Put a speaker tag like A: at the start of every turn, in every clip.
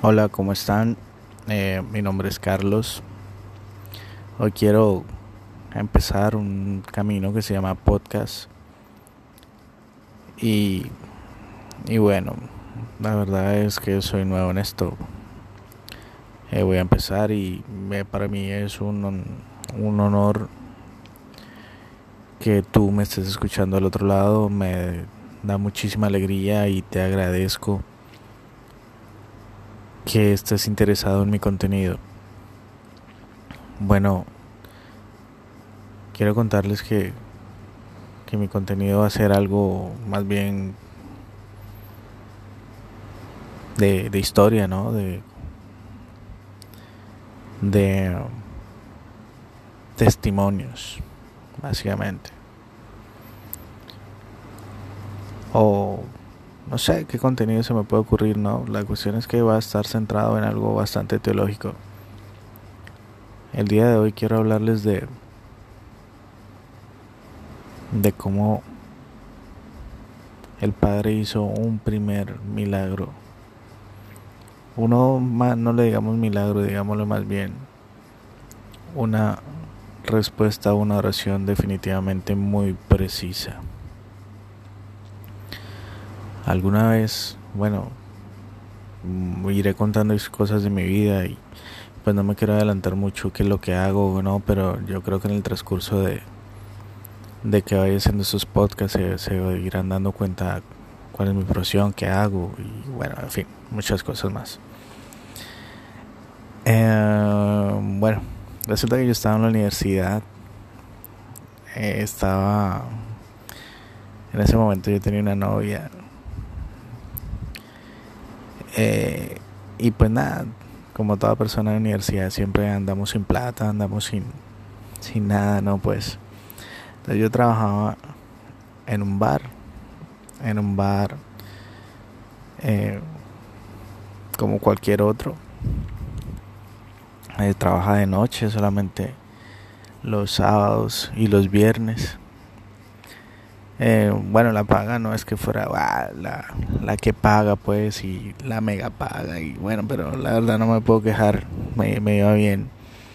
A: Hola, ¿cómo están? Mi nombre es Carlos. Hoy quiero empezar un camino que se llama podcast. Y, y bueno, la verdad es que soy nuevo en esto. Voy a empezar y para mí es un honor que tú me estés escuchando al otro lado. Me da muchísima alegría y te agradezco que estés interesado en mi contenido. Bueno, quiero contarles que mi contenido va a ser algo más bien de historia, ¿no? De testimonios, básicamente. O no sé qué contenido se me puede ocurrir, ¿no? La cuestión es que va a estar centrado en algo bastante teológico. El día de hoy quiero hablarles de cómo el Padre hizo un primer milagro. Uno más, no le digamos milagro, digámoslo más bien una respuesta a una oración definitivamente muy precisa. Alguna vez, bueno, iré contando cosas de mi vida y pues no me quiero adelantar mucho qué es lo que hago o no, pero yo creo que en el transcurso de que vaya haciendo esos podcasts se irán dando cuenta cuál es mi profesión, qué hago y bueno, en fin, muchas cosas más. Bueno, resulta que yo estaba en la universidad, estaba en ese momento yo tenía una novia y pues nada, como toda persona de universidad siempre andamos sin plata, andamos sin nada, ¿no? Pues entonces yo trabajaba en un bar, en un bar eh, como cualquier otro. Trabaja de noche solamente los sábados y los viernes. Bueno, la paga no es que fuera la que paga pues y la mega paga y bueno, pero la verdad no me puedo quejar, me iba bien.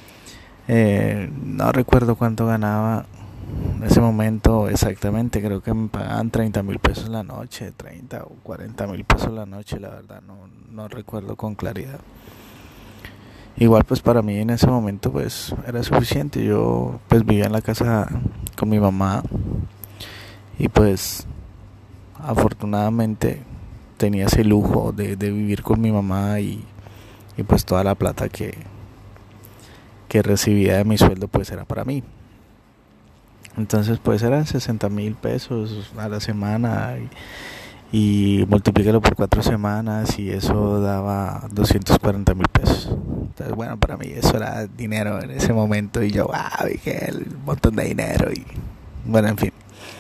A: No recuerdo cuánto ganaba en ese momento exactamente, creo que me pagaban 30,000 pesos la noche, 30 o 40,000 pesos la noche, la verdad no recuerdo con claridad. Igual pues para mí en ese momento pues era suficiente. Yo pues vivía en la casa con mi mamá y pues afortunadamente tenía ese lujo de vivir con mi mamá y pues toda la plata que recibía de mi sueldo pues era para mí. Entonces pues eran 60,000 pesos a la semana y multiplícalo por 4 semanas y eso daba 240,000 pesos. Entonces bueno, para mí eso era dinero en ese momento y yo dije el montón de dinero y bueno, en fin.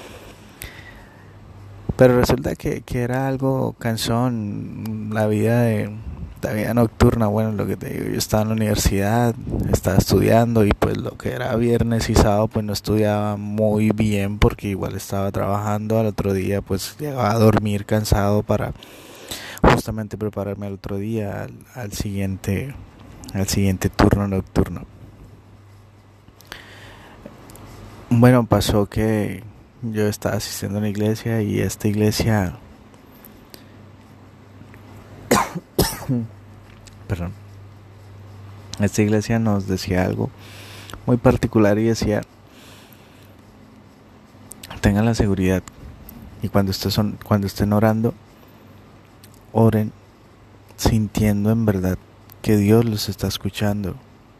A: Pero resulta que era algo cansón la vida nocturna. Bueno, lo que te digo, yo estaba en la universidad, estaba estudiando y pues lo que era viernes y sábado pues no estudiaba muy bien porque igual estaba trabajando. Al otro día pues llegaba a dormir cansado para justamente prepararme al otro día, al siguiente turno nocturno. Bueno, pasó que yo estaba asistiendo a una iglesia y esta iglesia, perdón, esta iglesia nos decía algo muy particular y decía: tengan la seguridad y cuando estén orando, oren sintiendo en verdad que Dios los está escuchando,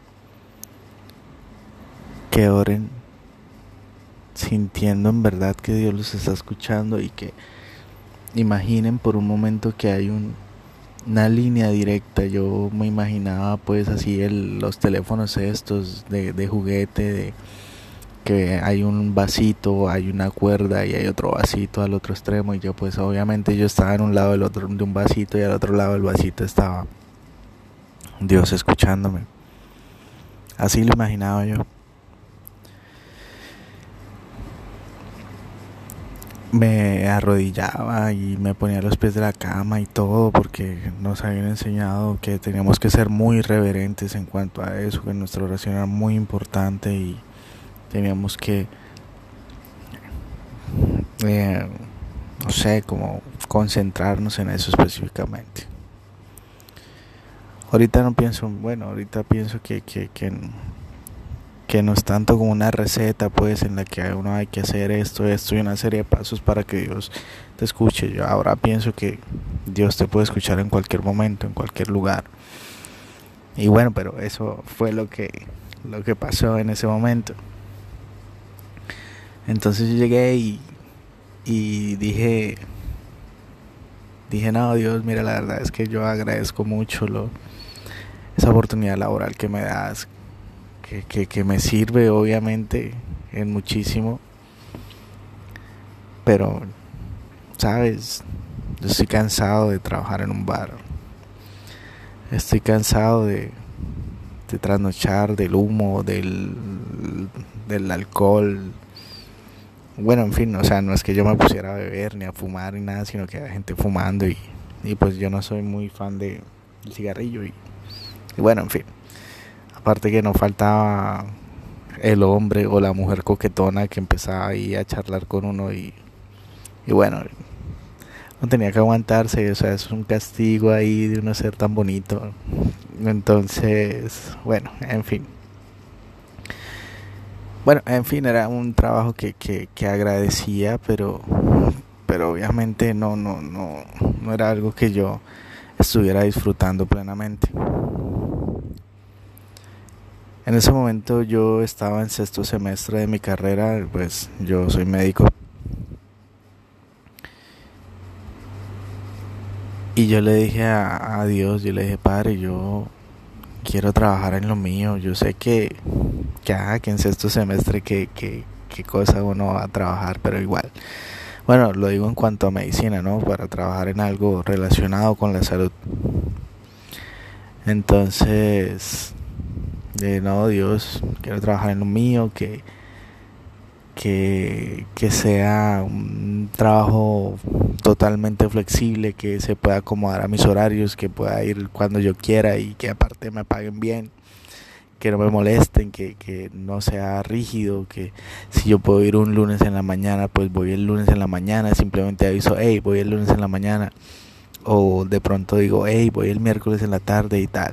A: que oren sintiendo en verdad que Dios los está escuchando y que imaginen por un momento que hay una línea directa. Yo me imaginaba pues así los teléfonos estos de juguete, de que hay un vasito, hay una cuerda y hay otro vasito al otro extremo y yo pues obviamente yo estaba en un lado del otro de un vasito y al otro lado del vasito estaba Dios escuchándome. Así lo imaginaba yo. me arrodillaba y me ponía a los pies de la cama y todo, porque nos habían enseñado que teníamos que ser muy reverentes en cuanto a eso, que nuestra oración era muy importante y teníamos que no sé, como concentrarnos en eso específicamente. Ahorita no pienso, bueno, ahorita pienso que no es tanto como una receta, pues, en la que uno hay que hacer esto y una serie de pasos para que Dios te escuche. Yo ahora pienso que Dios te puede escuchar en cualquier momento, en cualquier lugar. Y bueno, pero eso fue lo que pasó en ese momento. Entonces yo llegué y dije, no, Dios, mira, la verdad es que yo agradezco mucho esa oportunidad laboral que me das, que me sirve obviamente en muchísimo, pero, sabes, yo estoy cansado de trabajar en un bar, estoy cansado de trasnochar, del humo, del alcohol. Bueno, en fin, o sea, no es que yo me pusiera a beber ni a fumar ni nada, sino que hay gente fumando y pues yo no soy muy fan del cigarrillo y bueno, en fin. Aparte que no faltaba el hombre o la mujer coquetona que empezaba ahí a charlar con uno y bueno, no tenía que aguantarse, o sea, es un castigo ahí de uno ser tan bonito. Entonces, bueno, en fin. Bueno, en fin, era un trabajo que agradecía, pero obviamente no era algo que yo estuviera disfrutando plenamente. En ese momento yo estaba en sexto semestre de mi carrera, pues yo soy médico. Y yo le dije a Dios, yo le dije, Padre, yo quiero trabajar en lo mío. Yo sé que en sexto semestre qué cosa uno va a trabajar, pero igual. Bueno, lo digo en cuanto a medicina, ¿no? Para trabajar en algo relacionado con la salud. Entonces, no, Dios, quiero trabajar en lo mío, que sea un trabajo totalmente flexible, que se pueda acomodar a mis horarios, que pueda ir cuando yo quiera y que aparte me paguen bien, que no me molesten, que no sea rígido, que si yo puedo ir un lunes en la mañana, pues voy el lunes en la mañana, simplemente aviso, hey, voy el lunes en la mañana, o de pronto digo, hey, voy el miércoles en la tarde y tal.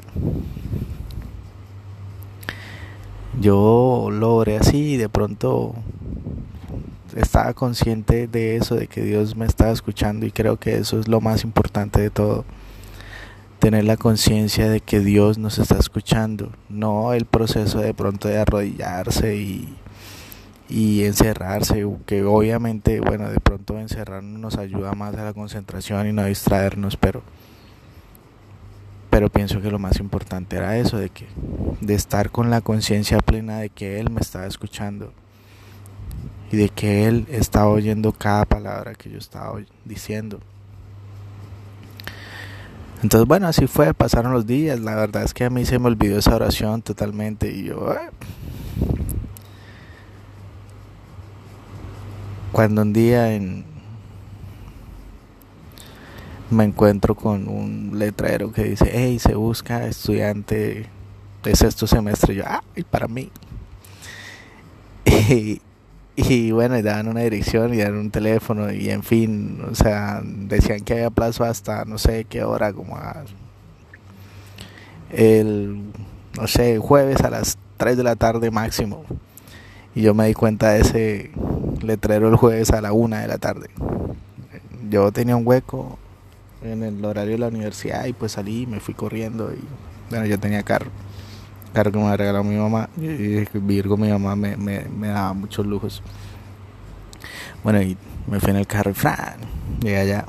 A: Yo lo oré así y de pronto estaba consciente de eso, de que Dios me estaba escuchando, y creo que eso es lo más importante de todo. Tener la conciencia de que Dios nos está escuchando, no el proceso de pronto de arrodillarse y encerrarse, que obviamente, bueno, de pronto encerrarnos nos ayuda más a la concentración y no a distraernos, pero pienso que lo más importante era eso, de estar con la conciencia plena de que Él me estaba escuchando y de que Él estaba oyendo cada palabra que yo estaba diciendo. Entonces, bueno, así fue, pasaron los días. La verdad es que a mí se me olvidó esa oración totalmente y yo, cuando un día me encuentro con un letrero que dice, hey, se busca estudiante de sexto semestre, yo, y para mí. Y bueno, y daban una dirección y daban un teléfono y en fin, o sea, decían que había plazo hasta no sé qué hora, como no sé, jueves a las 3 de la tarde máximo. Y yo me di cuenta de ese letrero el jueves a la 1 de la tarde. Yo tenía un hueco en el horario de la universidad y pues salí y me fui corriendo y bueno, yo tenía carro que me regaló mi mamá y Virgo, mi mamá me daba muchos lujos. Bueno, y me fui en el carro y ¡fran! Llegué allá.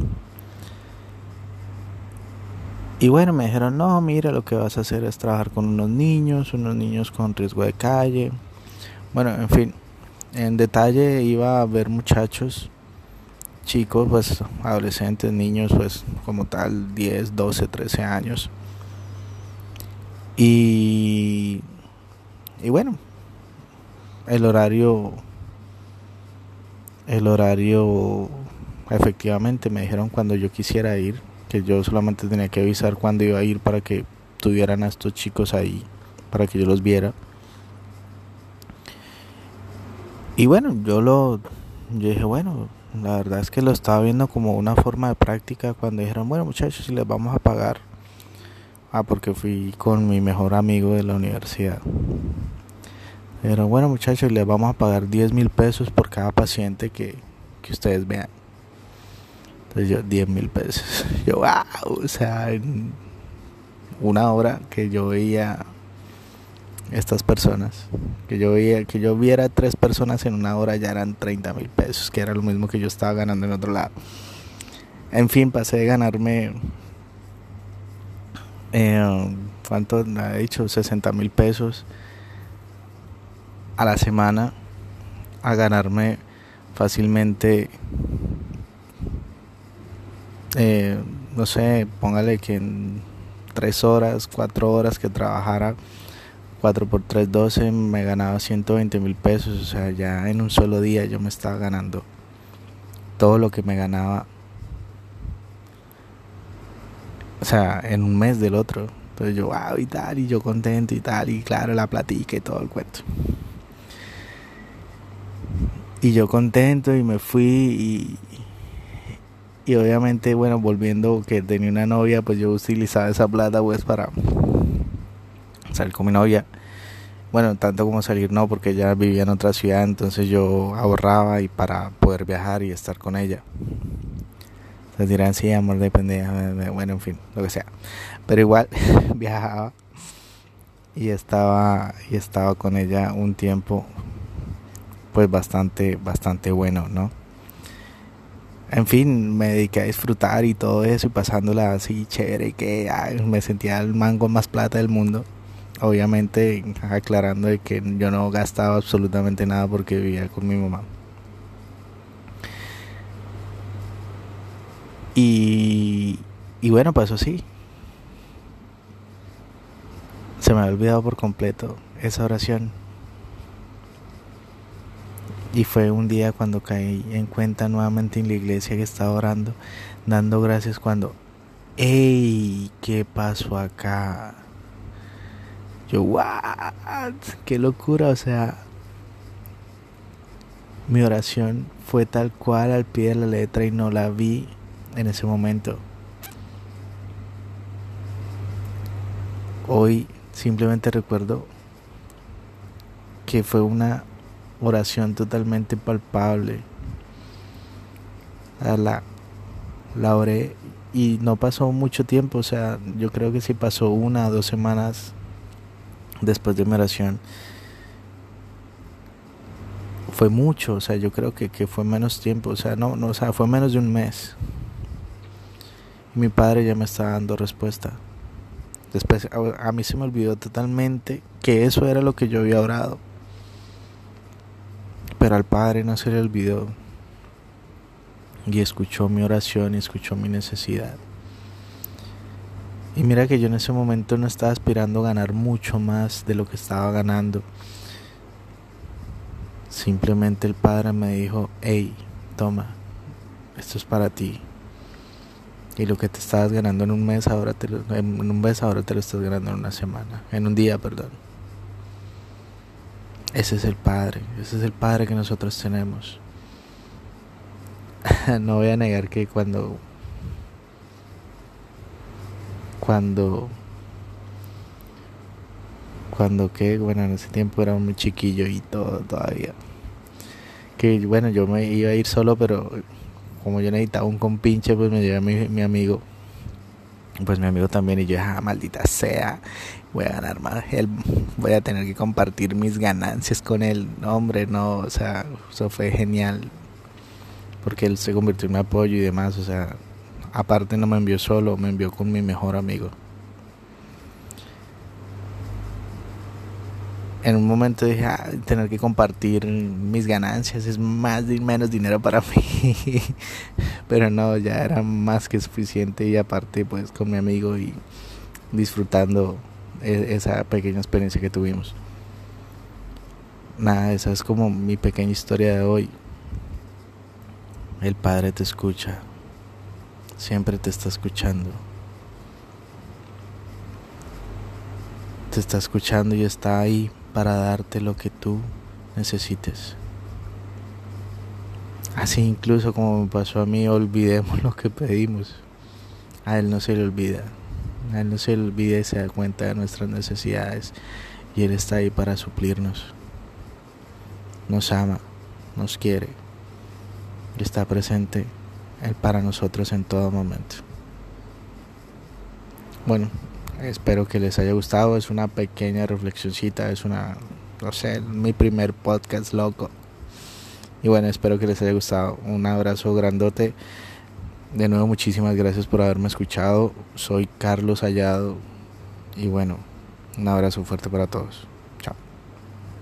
A: Y bueno, me dijeron, no, mira, lo que vas a hacer es trabajar con unos niños con riesgo de calle. Bueno, en fin, en detalle iba a ver muchachos, chicos, pues adolescentes, niños, pues como tal, 10, 12, 13 años. Y bueno, el horario el horario, efectivamente me dijeron cuando yo quisiera ir, que yo solamente tenía que avisar cuándo iba a ir para que tuvieran a estos chicos ahí, para que yo los viera. Y bueno, yo dije, bueno, la verdad es que lo estaba viendo como una forma de práctica cuando dijeron, bueno muchachos, si les vamos a pagar. Porque fui con mi mejor amigo de la universidad. Pero bueno muchachos, les vamos a pagar 10,000 pesos por cada paciente que ustedes vean. Entonces yo, 10,000 pesos. Yo, wow, o sea, en una hora que yo veía estas personas, que yo viera 3 personas en una hora, ya eran 30,000 pesos, que era lo mismo que yo estaba ganando en otro lado. En fin, pasé de ganarme, ¿cuánto ha dicho? 60,000 pesos a la semana, a ganarme fácilmente, no sé, póngale que en 3 horas, 4 horas que trabajara, 4 por 3, 12, me ganaba 120,000 pesos. O sea, ya en un solo día yo me estaba ganando todo lo que me ganaba, o sea, en un mes del otro. Entonces yo, wow, y tal, y yo contento y tal, y claro, la platica y todo el cuento. Y yo contento y me fui y obviamente, bueno, volviendo que tenía una novia, pues yo utilizaba esa plata pues para salir con mi novia. Bueno, tanto como salir no, porque ella vivía en otra ciudad, entonces yo ahorraba y para poder viajar y estar con ella. Se dirán, sí, amor de pendeja, bueno, en fin, lo que sea. Pero igual viajaba y estaba con ella un tiempo pues bastante bueno, ¿no? En fin, me dediqué a disfrutar y todo eso y pasándola así chévere, que me sentía el man con más plata del mundo. Obviamente aclarando de que yo no gastaba absolutamente nada porque vivía con mi mamá. Y bueno, pasó así. Se me había olvidado por completo esa oración. Y fue un día cuando caí en cuenta nuevamente en la iglesia que estaba orando, dando gracias cuando, ¡ey! ¿Qué pasó acá? Yo, ¿what? ¡Qué locura! O sea, mi oración fue tal cual al pie de la letra y no la vi en ese momento. Hoy simplemente recuerdo que fue una oración totalmente palpable. La oré y no pasó mucho tiempo, o sea, yo creo que sí pasó 1 o 2 semanas después de mi oración. Fue mucho, o sea, yo creo que fue menos tiempo, o sea, no, o sea, fue menos de un mes. Y mi padre ya me estaba dando respuesta. Después a mí se me olvidó totalmente que eso era lo que yo había orado. Pero al Padre no se le olvidó. Y escuchó mi oración y escuchó mi necesidad. Y mira que yo en ese momento no estaba aspirando a ganar mucho más de lo que estaba ganando. Simplemente el Padre me dijo, hey, toma, esto es para ti. Y lo que te estabas ganando en un mes, ahora te lo estás ganando en una semana. En un día, perdón. Ese es el Padre que nosotros tenemos. No voy a negar que cuando que, bueno, en ese tiempo era muy chiquillo y todo todavía. Que bueno, yo me iba a ir solo, pero como yo necesitaba un compinche, pues me llevé a mi amigo. Pues mi amigo también, y yo, maldita sea, voy a ganar más, voy a tener que compartir mis ganancias con él. No, hombre, no, o sea, eso fue genial, porque él se convirtió en mi apoyo y demás, o sea, aparte no me envió solo, me envió con mi mejor amigo. En un momento dije, tener que compartir mis ganancias es menos dinero para mí. Pero no, ya era más que suficiente, y aparte pues con mi amigo y disfrutando esa pequeña experiencia que tuvimos. Nada, esa es como mi pequeña historia de hoy. El Padre te escucha, siempre te está escuchando. Te está escuchando y está ahí para darte lo que tú necesites. Así incluso como me pasó a mí, olvidemos lo que pedimos. A Él no se le olvida. A Él no se le olvida y se da cuenta de nuestras necesidades. Y Él está ahí para suplirnos. Nos ama, nos quiere. Y está presente Él para nosotros en todo momento. Bueno, espero que les haya gustado. Es una pequeña reflexioncita. Es mi primer podcast loco. Y bueno, espero que les haya gustado. Un abrazo grandote. De nuevo, muchísimas gracias por haberme escuchado. Soy Carlos Hallado. Y bueno, un abrazo fuerte para todos.